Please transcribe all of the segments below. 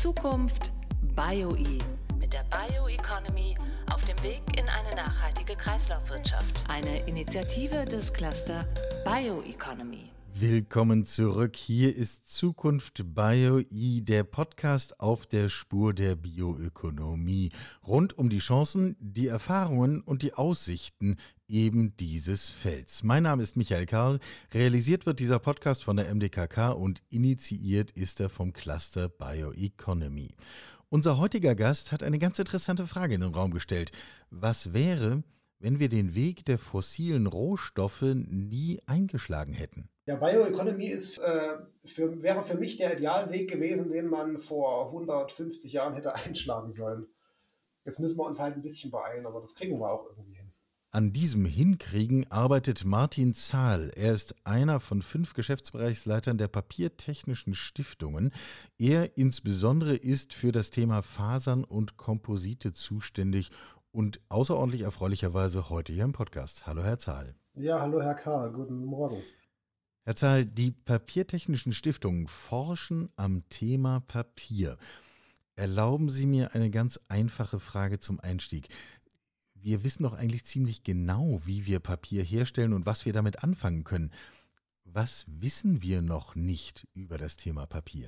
Zukunft BioE mit der Bioeconomy auf dem Weg in eine nachhaltige Kreislaufwirtschaft. Eine Initiative des Cluster Bioeconomy. Willkommen zurück. Hier ist Zukunft BioE, der Podcast auf der Spur der Bioökonomie. Rund um die Chancen, die Erfahrungen und die Aussichten eben dieses Felds. Mein Name ist Michael Karl. Realisiert wird dieser Podcast von der MDKK und initiiert ist er vom Cluster Bioeconomy. Unser heutiger Gast hat eine ganz interessante Frage in den Raum gestellt. Was wäre, wenn wir den Weg der fossilen Rohstoffe nie eingeschlagen hätten? Ja, Bioeconomy wäre für mich der Idealweg gewesen, den man vor 150 Jahren hätte einschlagen sollen. Jetzt müssen wir uns halt ein bisschen beeilen, aber das kriegen wir auch irgendwie hin. An diesem Hinkriegen arbeitet Martin Zahl. Er ist einer von 5 Geschäftsbereichsleitern der Papiertechnischen Stiftungen. Er insbesondere ist für das Thema Fasern und Komposite zuständig und außerordentlich erfreulicherweise heute hier im Podcast. Hallo Herr Zahl. Ja, hallo Herr Karl, guten Morgen. Herr Zahl, die Papiertechnischen Stiftungen forschen am Thema Papier. Erlauben Sie mir eine ganz einfache Frage zum Einstieg. Wir wissen doch eigentlich ziemlich genau, wie wir Papier herstellen und was wir damit anfangen können. Was wissen wir noch nicht über das Thema Papier?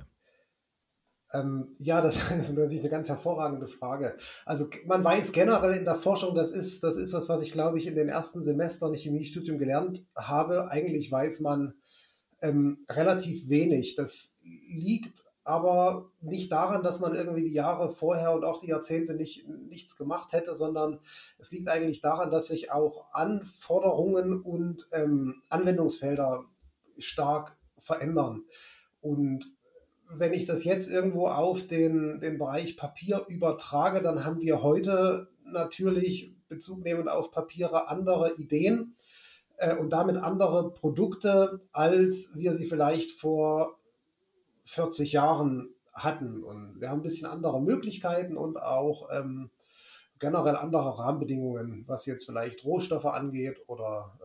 Ja, das ist natürlich eine ganz hervorragende Frage. Also man weiß generell in der Forschung, das ist was ich glaube ich in den ersten Semestern im Chemiestudium gelernt habe. Eigentlich weiß man relativ wenig. Das liegt aber nicht daran, dass man irgendwie die Jahre vorher und auch die Jahrzehnte nichts gemacht hätte, sondern es liegt eigentlich daran, dass sich auch Anforderungen und Anwendungsfelder stark verändern. Und wenn ich das jetzt irgendwo auf den Bereich Papier übertrage, dann haben wir heute natürlich Bezug nehmend auf Papiere andere Ideen und damit andere Produkte, als wir sie vielleicht vor 40 Jahren hatten. Und wir haben ein bisschen andere Möglichkeiten und auch generell andere Rahmenbedingungen, was jetzt vielleicht Rohstoffe angeht oder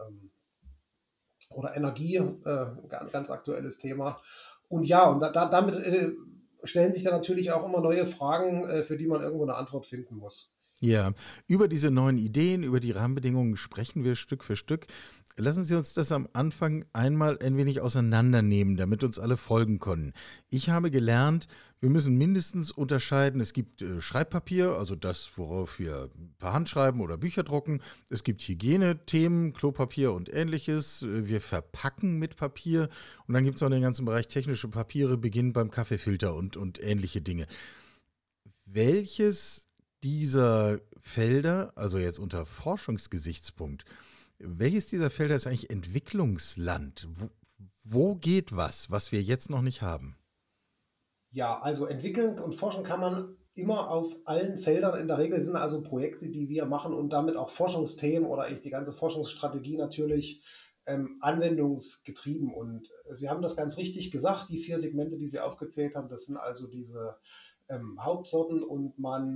Energie, ganz aktuelles Thema. Und ja, und damit stellen sich dann natürlich auch immer neue Fragen, für die man irgendwo eine Antwort finden muss. Ja, über diese neuen Ideen, über die Rahmenbedingungen sprechen wir Stück für Stück. Lassen Sie uns das am Anfang einmal ein wenig auseinandernehmen, damit uns alle folgen können. Ich habe gelernt, wir müssen mindestens unterscheiden, es gibt Schreibpapier, also das, worauf wir per Hand schreiben oder Bücher drucken. Es gibt Hygienethemen, Klopapier und ähnliches. Wir verpacken mit Papier. Und dann gibt es noch den ganzen Bereich technische Papiere, beginnend beim Kaffeefilter und ähnliche Dinge. Welches dieser Felder, also jetzt unter Forschungsgesichtspunkt, welches dieser Felder ist eigentlich Entwicklungsland? Wo geht was wir jetzt noch nicht haben? Ja, also entwickeln und forschen kann man immer auf allen Feldern. In der Regel sind also Projekte, die wir machen und damit auch Forschungsthemen oder eigentlich die ganze Forschungsstrategie natürlich anwendungsgetrieben. Und Sie haben das ganz richtig gesagt, die 4 Segmente, die Sie aufgezählt haben, das sind also diese Hauptsorten und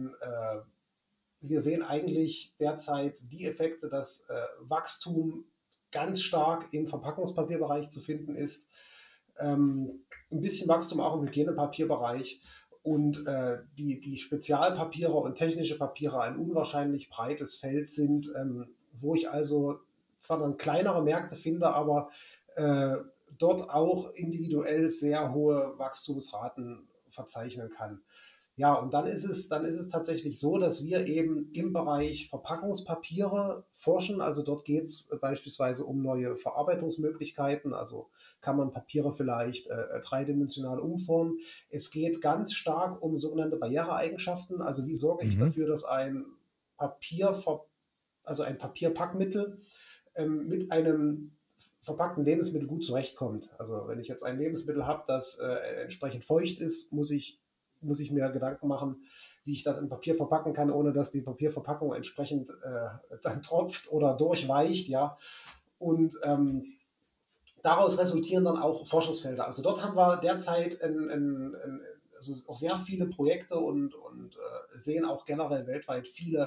wir sehen eigentlich derzeit die Effekte, dass Wachstum ganz stark im Verpackungspapierbereich zu finden ist, ein bisschen Wachstum auch im Hygienepapierbereich und die Spezialpapiere und technische Papiere ein unwahrscheinlich breites Feld sind, wo ich also zwar dann kleinere Märkte finde, aber dort auch individuell sehr hohe Wachstumsraten verzeichnen kann. Ja, und dann ist es tatsächlich so, dass wir eben im Bereich Verpackungspapiere forschen. Also dort geht es beispielsweise um neue Verarbeitungsmöglichkeiten. Also kann man Papiere vielleicht dreidimensional umformen. Es geht ganz stark um sogenannte Barriereeigenschaften. Also wie sorge ich dafür, dass ein Papierpackmittel mit einem verpackten Lebensmittel gut zurechtkommt. Also wenn ich jetzt ein Lebensmittel habe, das entsprechend feucht ist, muss ich mir Gedanken machen, wie ich das in Papier verpacken kann, ohne dass die Papierverpackung entsprechend dann tropft oder durchweicht, ja. Und daraus resultieren dann auch Forschungsfelder. Also dort haben wir derzeit also auch sehr viele Projekte und sehen auch generell weltweit viel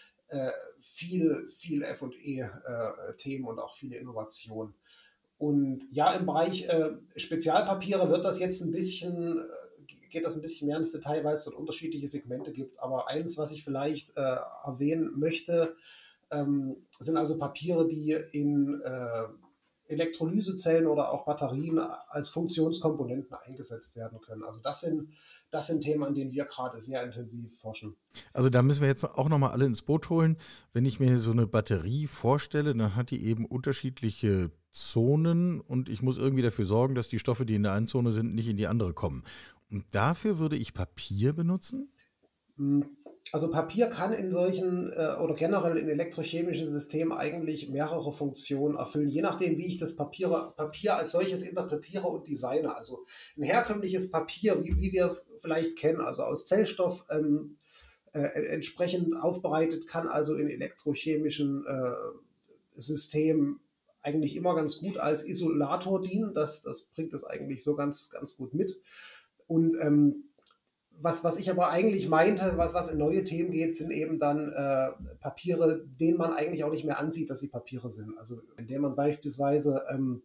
F&E-Themen und auch viele Innovationen. Und ja, im Bereich Spezialpapiere wird das jetzt ein bisschen geht das ein bisschen mehr ins Detail, weil es dort unterschiedliche Segmente gibt. Aber eins, was ich vielleicht erwähnen möchte, sind also Papiere, die in Elektrolysezellen oder auch Batterien als Funktionskomponenten eingesetzt werden können. Also das sind Themen, an denen wir gerade sehr intensiv forschen. Also da müssen wir jetzt auch nochmal alle ins Boot holen. Wenn ich mir so eine Batterie vorstelle, dann hat die eben unterschiedliche Zonen und ich muss irgendwie dafür sorgen, dass die Stoffe, die in der einen Zone sind, nicht in die andere kommen. Und dafür würde ich Papier benutzen? Hm, also Papier kann in solchen oder generell in elektrochemischen Systemen eigentlich mehrere Funktionen erfüllen, je nachdem, wie ich das Papier als solches interpretiere und designe. Also ein herkömmliches Papier, wie wir es vielleicht kennen, also aus Zellstoff entsprechend aufbereitet, kann also in elektrochemischen Systemen eigentlich immer ganz gut als Isolator dienen. Das bringt es eigentlich so ganz, ganz gut mit. Und was ich aber eigentlich meinte, was in neue Themen geht, sind eben dann Papiere, denen man eigentlich auch nicht mehr ansieht, dass sie Papiere sind. Also indem man beispielsweise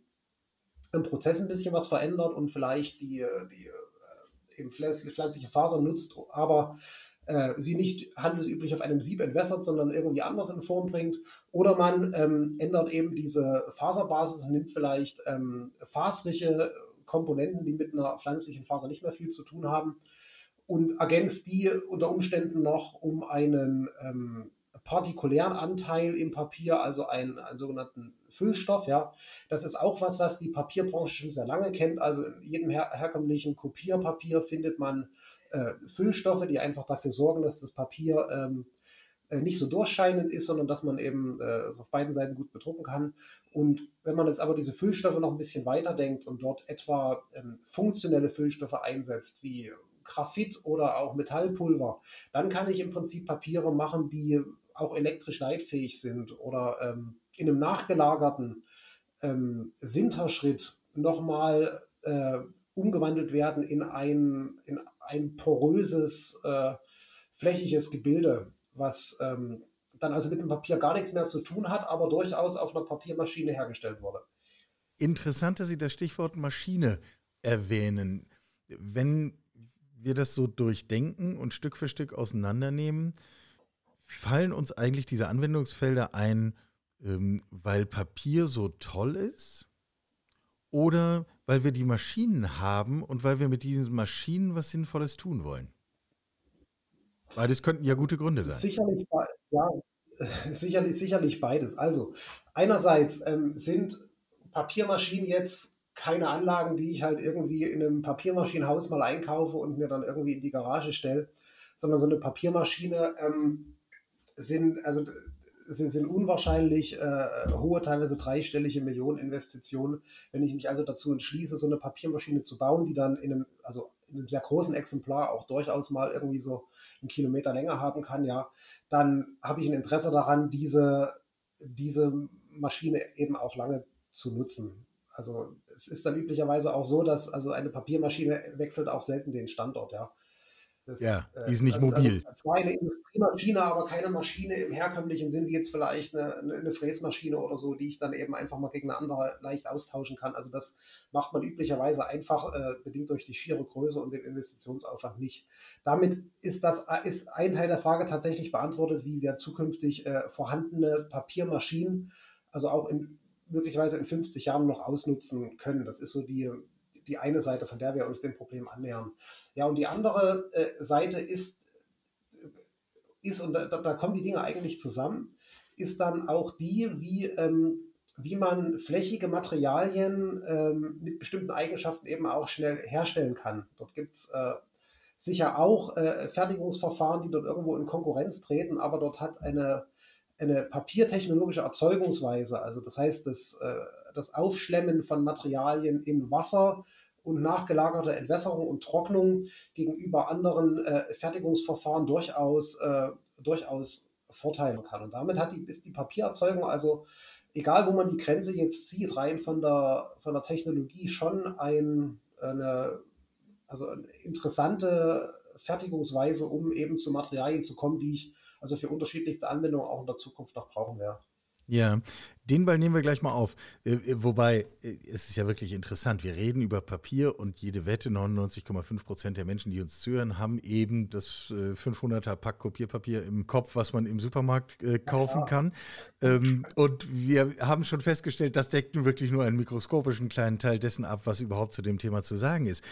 im Prozess ein bisschen was verändert und vielleicht die eben pflanzliche Faser nutzt, aber sie nicht handelsüblich auf einem Sieb entwässert, sondern irgendwie anders in Form bringt. Oder man ändert eben diese Faserbasis und nimmt vielleicht fasrige Komponenten, die mit einer pflanzlichen Faser nicht mehr viel zu tun haben, und ergänzt die unter Umständen noch um einen partikulären Anteil im Papier, also einen sogenannten Füllstoff. Ja. Das ist auch was die Papierbranche schon sehr lange kennt. Also in jedem herkömmlichen Kopierpapier findet man Füllstoffe, die einfach dafür sorgen, dass das Papier nicht so durchscheinend ist, sondern dass man eben auf beiden Seiten gut bedrucken kann. Und wenn man jetzt aber diese Füllstoffe noch ein bisschen weiterdenkt und dort etwa funktionelle Füllstoffe einsetzt, wie Graphit oder auch Metallpulver, dann kann ich im Prinzip Papiere machen, die auch elektrisch leitfähig sind oder in einem nachgelagerten Sinterschritt nochmal umgewandelt werden in ein poröses, flächiges Gebilde, was dann also mit dem Papier gar nichts mehr zu tun hat, aber durchaus auf einer Papiermaschine hergestellt wurde. Interessant, dass Sie das Stichwort Maschine erwähnen. Wenn wir das so durchdenken und Stück für Stück auseinandernehmen, fallen uns eigentlich diese Anwendungsfelder ein, weil Papier so toll ist? Oder weil wir die Maschinen haben und weil wir mit diesen Maschinen was Sinnvolles tun wollen? Beides könnten ja gute Gründe sein. Sicherlich, ja, sicherlich beides. Also einerseits sind Papiermaschinen jetzt keine Anlagen, die ich halt irgendwie in einem Papiermaschinenhaus mal einkaufe und mir dann irgendwie in die Garage stelle, sondern so eine Papiermaschine sind, also sie sind unwahrscheinlich hohe, teilweise dreistellige Millioneninvestitionen. Wenn ich mich also dazu entschließe, so eine Papiermaschine zu bauen, die dann in einem sehr großen Exemplar auch durchaus mal irgendwie so einen Kilometer länger haben kann, ja, dann habe ich ein Interesse daran, diese Maschine eben auch lange zu nutzen. Also es ist dann üblicherweise auch so, dass also eine Papiermaschine wechselt auch selten den Standort, ja. Ja, Das, die ist nicht also mobil. zwar eine Industriemaschine, aber keine Maschine im herkömmlichen Sinn, wie jetzt vielleicht eine Fräsmaschine oder so, die ich dann eben einfach mal gegen eine andere leicht austauschen kann. Also das macht man üblicherweise einfach bedingt durch die schiere Größe und den Investitionsaufwand nicht. Damit ist ein Teil der Frage tatsächlich beantwortet, wie wir zukünftig vorhandene Papiermaschinen, also auch möglicherweise in 50 Jahren noch ausnutzen können. Das ist so die eine Seite, von der wir uns dem Problem annähern. Ja, und die andere Seite und da kommen die Dinge eigentlich zusammen, ist dann auch die, wie man flächige Materialien mit bestimmten Eigenschaften eben auch schnell herstellen kann. Dort gibt es sicher auch Fertigungsverfahren, die dort irgendwo in Konkurrenz treten, aber dort hat eine papiertechnologische Erzeugungsweise, also das heißt, das Aufschlemmen von Materialien in Wasser und nachgelagerte Entwässerung und Trocknung gegenüber anderen Fertigungsverfahren durchaus Vorteile kann. Und damit ist die Papiererzeugung, also egal wo man die Grenze jetzt zieht, rein von der Technologie schon eine interessante Fertigungsweise, um eben zu Materialien zu kommen, die ich also für unterschiedlichste Anwendungen auch in der Zukunft noch brauchen werde. Ja, den Ball nehmen wir gleich mal auf. Wobei, es ist ja wirklich interessant. Wir reden über Papier und jede Wette, 99,5% der Menschen, die uns zuhören, haben eben das 500er Pack Kopierpapier im Kopf, was man im Supermarkt Na kaufen klar. kann. Und wir haben schon festgestellt, das deckt nun wirklich nur einen mikroskopischen kleinen Teil dessen ab, was überhaupt zu dem Thema zu sagen ist.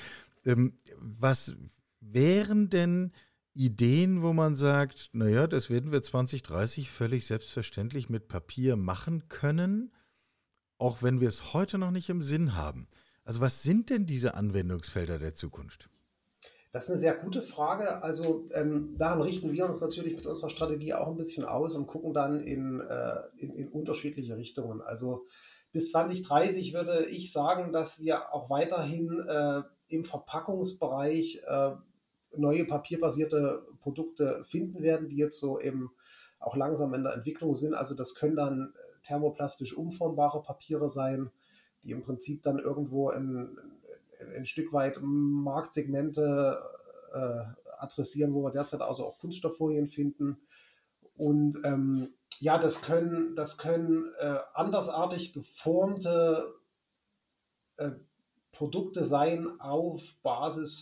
Was wären denn Ideen, wo man sagt, naja, das werden wir 2030 völlig selbstverständlich mit Papier machen können, auch wenn wir es heute noch nicht im Sinn haben? Also was sind denn diese Anwendungsfelder der Zukunft? Das ist eine sehr gute Frage. Also daran richten wir uns natürlich mit unserer Strategie auch ein bisschen aus und gucken dann in unterschiedliche Richtungen. Also bis 2030 würde ich sagen, dass wir auch weiterhin im Verpackungsbereich neue papierbasierte Produkte finden werden, die jetzt so eben auch langsam in der Entwicklung sind. Also das können dann thermoplastisch umformbare Papiere sein, die im Prinzip dann irgendwo ein Stück weit Marktsegmente äh, adressieren, wo wir derzeit also auch Kunststofffolien finden. Und ja, das können andersartig geformte äh, Produkte sein auf Basis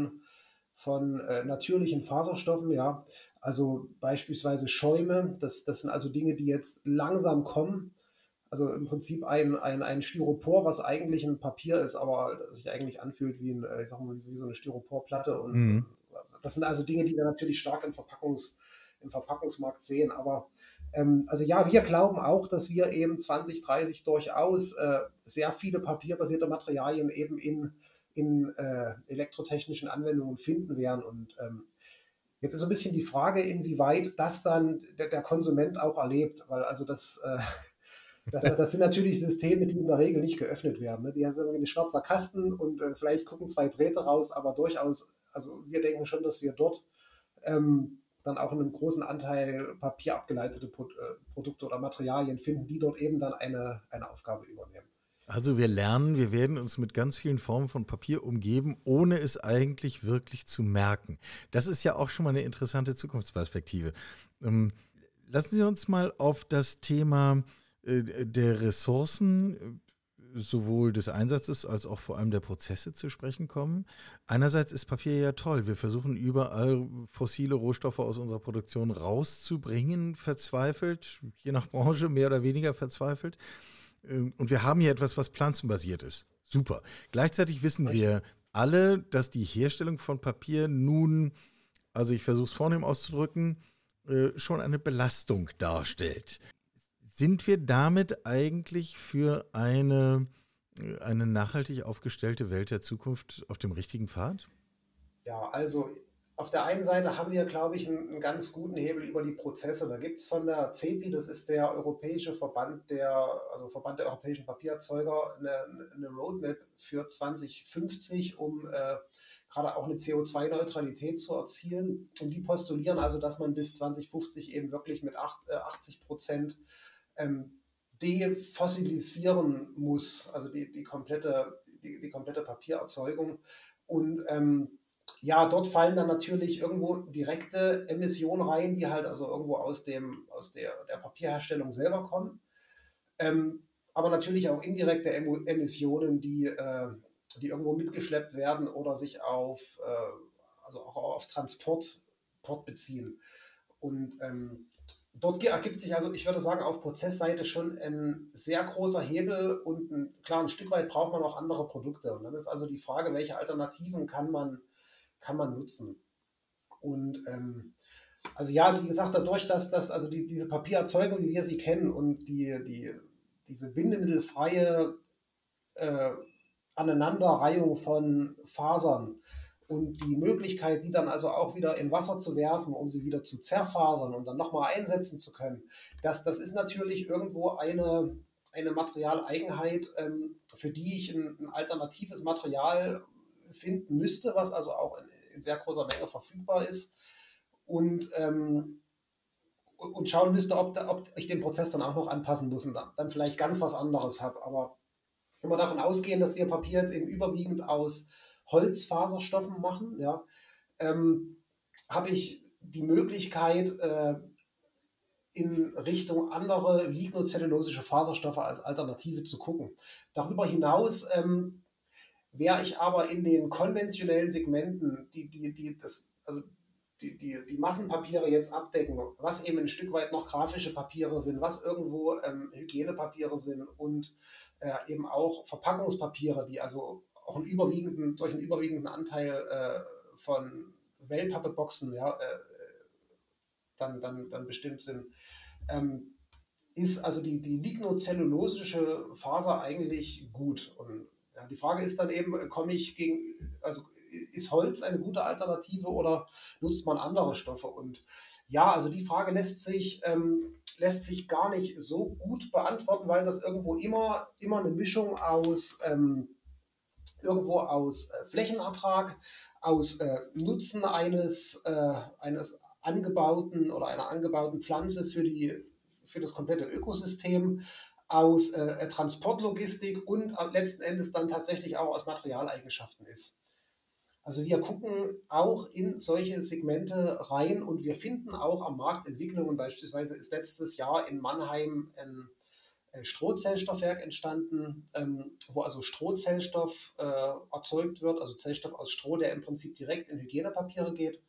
von natürlichen Faserstoffen, ja. Also beispielsweise Schäume, das sind also Dinge, die jetzt langsam kommen. Also im Prinzip ein Styropor, was eigentlich ein Papier ist, aber sich eigentlich anfühlt wie ich sag mal, wie so eine Styroporplatte. Und Mhm. das sind also Dinge, die wir natürlich stark im Verpackungsmarkt sehen. Aber also ja, wir glauben auch, dass wir eben 2030 durchaus sehr viele papierbasierte Materialien eben in elektrotechnischen Anwendungen finden werden. Und jetzt ist so ein bisschen die Frage, inwieweit das dann der Konsument auch erlebt, weil also das sind natürlich Systeme, die in der Regel nicht geöffnet werden. Ne? Die haben irgendwie ein schwarzer Kasten und vielleicht gucken zwei Drähte raus, aber durchaus, also wir denken schon, dass wir dort dann auch in einem großen Anteil papierabgeleitete Produkte oder Materialien finden, die dort eben dann eine Aufgabe übernehmen. Also wir lernen, wir werden uns mit ganz vielen Formen von Papier umgeben, ohne es eigentlich wirklich zu merken. Das ist ja auch schon mal eine interessante Zukunftsperspektive. Ähm, Lassen Sie uns mal auf das Thema der Ressourcen, sowohl des Einsatzes als auch vor allem der Prozesse zu sprechen kommen. Einerseits ist Papier ja toll. Wir versuchen überall fossile Rohstoffe aus unserer Produktion rauszubringen, verzweifelt, je nach Branche mehr oder weniger verzweifelt. Und wir haben hier etwas, was pflanzenbasiert ist. Super. Gleichzeitig wissen Richtig. wir alle, dass die Herstellung von Papier nun, also ich versuche es vornehm auszudrücken, schon eine Belastung darstellt. Sind wir damit eigentlich für eine nachhaltig aufgestellte Welt der Zukunft auf dem richtigen Pfad? Ja, also auf der einen Seite haben wir, glaube ich, einen ganz guten Hebel über die Prozesse. Da gibt es von der CEPI, das ist der europäische Verband also Verband der europäischen Papiererzeuger, eine Roadmap für 2050, um gerade auch eine CO2-Neutralität zu erzielen. Und die postulieren also, dass man bis 2050 eben wirklich mit 80% ähm, defossilisieren muss, also die komplette Papiererzeugung. Und ja, dort fallen dann natürlich irgendwo direkte Emissionen rein, die halt also irgendwo aus der Papierherstellung selber kommen. Aber natürlich auch indirekte Emissionen, die irgendwo mitgeschleppt werden oder sich also auch auf Transport beziehen. Und dort ergibt sich also, ich würde sagen, auf Prozessseite schon ein sehr großer Hebel und klar, ein Stück weit braucht man auch andere Produkte. Und dann ist also die Frage, welche Alternativen kann man nutzen. Und also ja, wie gesagt, dadurch, dass also diese Papiererzeugung, wie wir sie kennen und diese bindemittelfreie äh, Aneinanderreihung von Fasern und die Möglichkeit, die dann also auch wieder in Wasser zu werfen, um sie wieder zu zerfasern und dann nochmal einsetzen zu können, das ist natürlich irgendwo eine Materialeigenheit, für die ich ein alternatives Material finden müsste, was also auch in sehr großer Menge verfügbar ist und, und schauen müsste, ob ich den Prozess dann auch noch anpassen muss und dann vielleicht ganz was anderes habe. Aber wenn wir davon ausgehen, dass wir Papier jetzt eben überwiegend aus Holzfaserstoffen machen, ja, habe ich die Möglichkeit, in Richtung andere lignocellulosische Faserstoffe als Alternative zu gucken. Darüber hinaus wäre ich aber in den konventionellen Segmenten, die Massenpapiere jetzt abdecken, was eben ein Stück weit noch grafische Papiere sind, was irgendwo Hygienepapiere sind und eben auch Verpackungspapiere, die also auch durch einen überwiegenden Anteil von Wellpappeboxen dann bestimmt sind, ist also die lignocellulosische Faser eigentlich gut. Und ja, die Frage ist dann eben, also ist Holz eine gute Alternative oder nutzt man andere Stoffe? Und ja, also die Frage lässt sich gar nicht so gut beantworten, weil das immer eine Mischung aus Flächenertrag, aus Nutzen eines angebauten oder einer angebauten Pflanze für das komplette Ökosystem, aus Transportlogistik und letzten Endes dann tatsächlich auch aus Materialeigenschaften ist. Also wir gucken auch in solche Segmente rein und wir finden auch am Markt Entwicklungen. Beispielsweise ist letztes Jahr in Mannheim ein Strohzellstoffwerk entstanden, wo also Strohzellstoff erzeugt wird, also Zellstoff aus Stroh, der im Prinzip direkt in Hygienepapiere geht.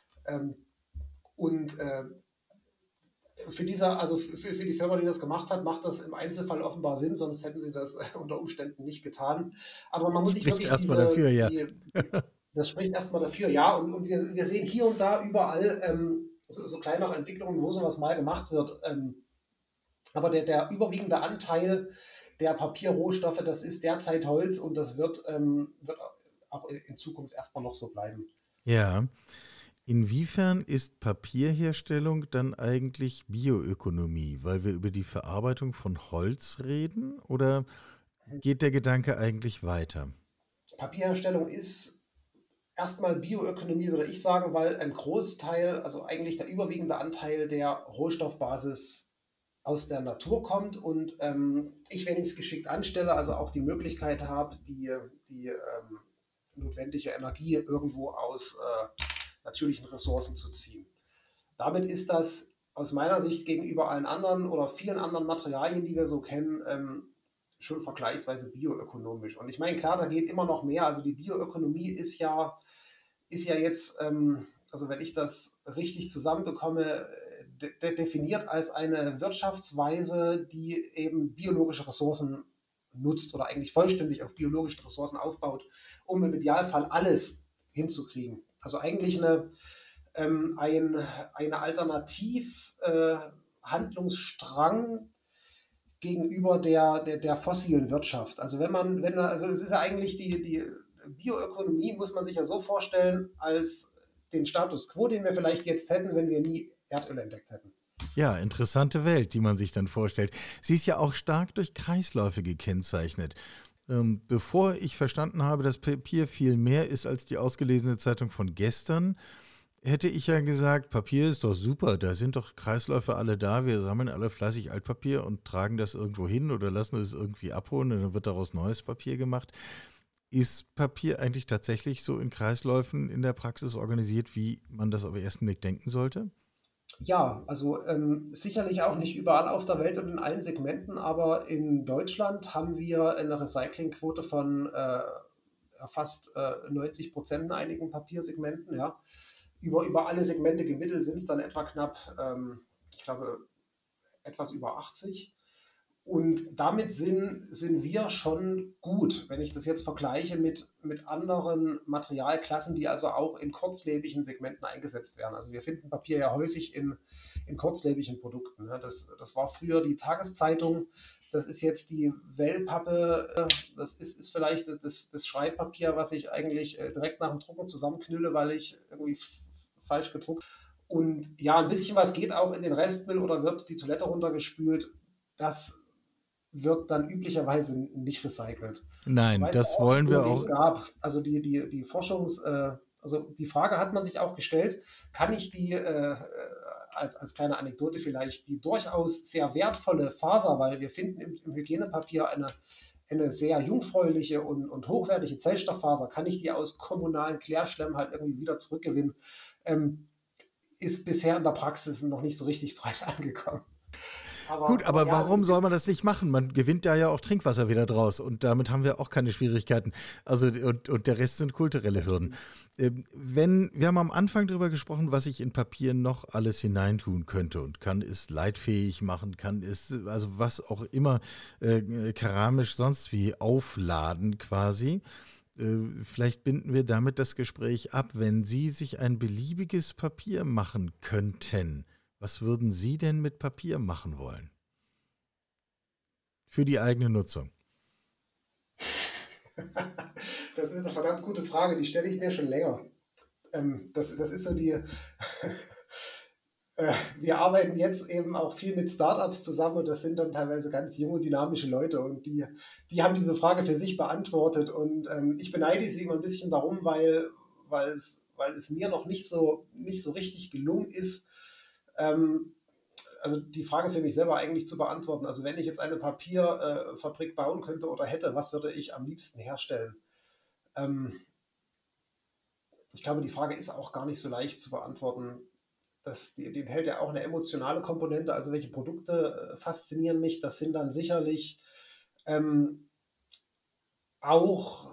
Und für die Firma, die das gemacht hat, macht das im Einzelfall offenbar Sinn, sonst hätten sie das unter Umständen nicht getan. Aber man muss sich Spricht wirklich erstmal dafür, ja. das spricht erstmal dafür, ja. Und wir sehen hier und da überall so kleinere Entwicklungen, wo sowas mal gemacht wird. Aber der überwiegende Anteil der Papierrohstoffe, das ist derzeit Holz und das wird auch in Zukunft erstmal noch so bleiben. Ja. Inwiefern ist Papierherstellung dann eigentlich Bioökonomie? Weil wir über die Verarbeitung von Holz reden? Oder geht der Gedanke eigentlich weiter? Papierherstellung ist erstmal Bioökonomie, würde ich sagen, weil ein Großteil, also eigentlich der überwiegende Anteil der Rohstoffbasis aus der Natur kommt und wenn ich es geschickt anstelle, also auch die Möglichkeit habe, die notwendige Energie irgendwo aus natürlichen Ressourcen zu ziehen. Damit ist das aus meiner Sicht gegenüber allen anderen oder vielen anderen Materialien, die wir so kennen, schon vergleichsweise bioökonomisch. Und ich meine, klar, da geht immer noch mehr. Also die Bioökonomie ist ja jetzt, also wenn ich das richtig zusammenbekomme, definiert als eine Wirtschaftsweise, die eben biologische Ressourcen nutzt oder eigentlich vollständig auf biologischen Ressourcen aufbaut, um im Idealfall alles hinzukriegen. Also eigentlich eine Alternativhandlungsstrang gegenüber der fossilen Wirtschaft. Also also es ist ja eigentlich die Bioökonomie, muss man sich ja so vorstellen, als den Status quo, den wir vielleicht jetzt hätten, wenn wir nie Erdöl entdeckt hätten. Ja, interessante Welt, die man sich dann vorstellt. Sie ist ja auch stark durch Kreisläufe gekennzeichnet. Bevor ich verstanden habe, dass Papier viel mehr ist als die ausgelesene Zeitung von gestern, hätte ich ja gesagt, Papier ist doch super, da sind doch Kreisläufe alle da, wir sammeln alle fleißig Altpapier und tragen das irgendwo hin oder lassen es irgendwie abholen und dann wird daraus neues Papier gemacht. Ist Papier eigentlich tatsächlich so in Kreisläufen in der Praxis organisiert, wie man das auf den ersten Blick denken sollte? Ja, also sicherlich auch nicht überall auf der Welt und in allen Segmenten, aber in Deutschland haben wir eine Recyclingquote von fast 90% in einigen Papiersegmenten. Ja. Über alle Segmente gemittelt sind es dann etwa knapp, ich glaube, etwas über 80. Und damit sind wir schon gut, wenn ich das jetzt vergleiche mit anderen Materialklassen, die also auch in kurzlebigen Segmenten eingesetzt werden. Also wir finden Papier ja häufig in kurzlebigen Produkten. Ne? Das war früher die Tageszeitung, das ist jetzt die Wellpappe, das ist vielleicht das Schreibpapier, was ich eigentlich direkt nach dem Drucken zusammenknülle, weil ich irgendwie falsch gedruckt habe. Und ja, ein bisschen was geht auch in den Restmüll oder wird die Toilette runtergespült. Das wird dann üblicherweise nicht recycelt. Nein, das wollen wir auch. Also die also die Frage hat man sich auch gestellt, kann ich die als kleine Anekdote vielleicht, die durchaus sehr wertvolle Faser, weil wir finden im Hygienepapier eine sehr jungfräuliche und hochwertige Zellstofffaser, kann ich die aus kommunalen Klärschlemmen halt irgendwie wieder zurückgewinnen? ist bisher in der Praxis noch nicht so richtig breit angekommen. Gut, aber ja, warum soll man das nicht machen? Man gewinnt da ja auch Trinkwasser wieder draus und damit haben wir auch keine Schwierigkeiten. Also und der Rest sind kulturelle Hürden. Wir haben am Anfang darüber gesprochen, was ich in Papier noch alles hineintun könnte und kann es leitfähig machen, kann es, also was auch immer, keramisch sonst wie aufladen quasi. Vielleicht binden wir damit das Gespräch ab. Wenn Sie sich ein beliebiges Papier machen könnten, was würden Sie denn mit Papier machen wollen? Für die eigene Nutzung. Das ist eine verdammt gute Frage, die stelle ich mir schon länger. Das ist so die... Wir arbeiten jetzt eben auch viel mit Startups zusammen und das sind dann teilweise ganz junge, dynamische Leute und die haben diese Frage für sich beantwortet und ich beneide sie immer ein bisschen darum, weil es mir noch nicht so richtig gelungen ist, also die Frage für mich selber eigentlich zu beantworten. Also wenn ich jetzt eine Papierfabrik bauen könnte oder hätte, was würde ich am liebsten herstellen? Ich glaube, die Frage ist auch gar nicht so leicht zu beantworten. Die enthält ja auch eine emotionale Komponente. Also welche Produkte faszinieren mich? Das sind dann sicherlich auch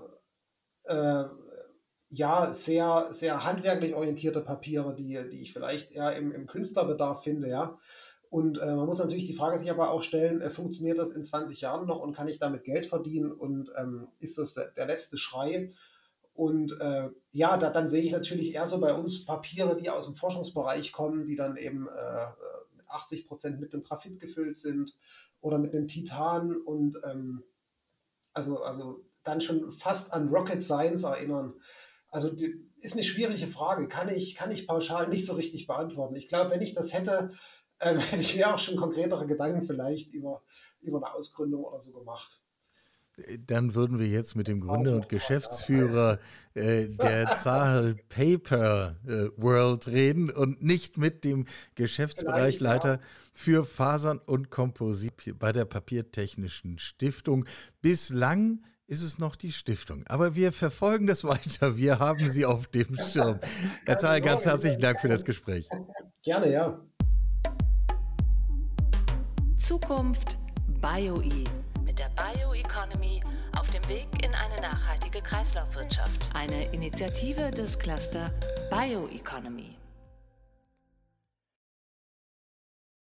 ja, sehr, sehr handwerklich orientierte Papiere, die ich vielleicht eher im Künstlerbedarf finde, ja. Und man muss natürlich die Frage sich aber auch stellen, funktioniert das in 20 Jahren noch und kann ich damit Geld verdienen und ist das der letzte Schrei? Und ja, dann sehe ich natürlich eher so bei uns Papiere, die aus dem Forschungsbereich kommen, die dann eben mit 80% mit dem Graphit gefüllt sind oder mit einem Titan und also dann schon fast an Rocket Science erinnern. Also ist eine schwierige Frage, kann ich pauschal nicht so richtig beantworten. Ich glaube, wenn ich das hätte, hätte ich mir auch schon konkretere Gedanken vielleicht über eine Ausgründung oder so gemacht. Dann würden wir jetzt mit dem Gründer und Geschäftsführer der Zahel Paper World reden und nicht mit dem Geschäftsbereichleiter für Fasern und Komposit bei der Papiertechnischen Stiftung. Bislang ist es noch die Stiftung. Aber wir verfolgen das weiter. Wir haben Sie auf dem Schirm. Herr Zahl, ganz herzlichen Dank für das Gespräch. Gerne, ja. Zukunft BioE mit der Bioeconomy auf dem Weg in eine nachhaltige Kreislaufwirtschaft. Eine Initiative des Cluster Bioeconomy.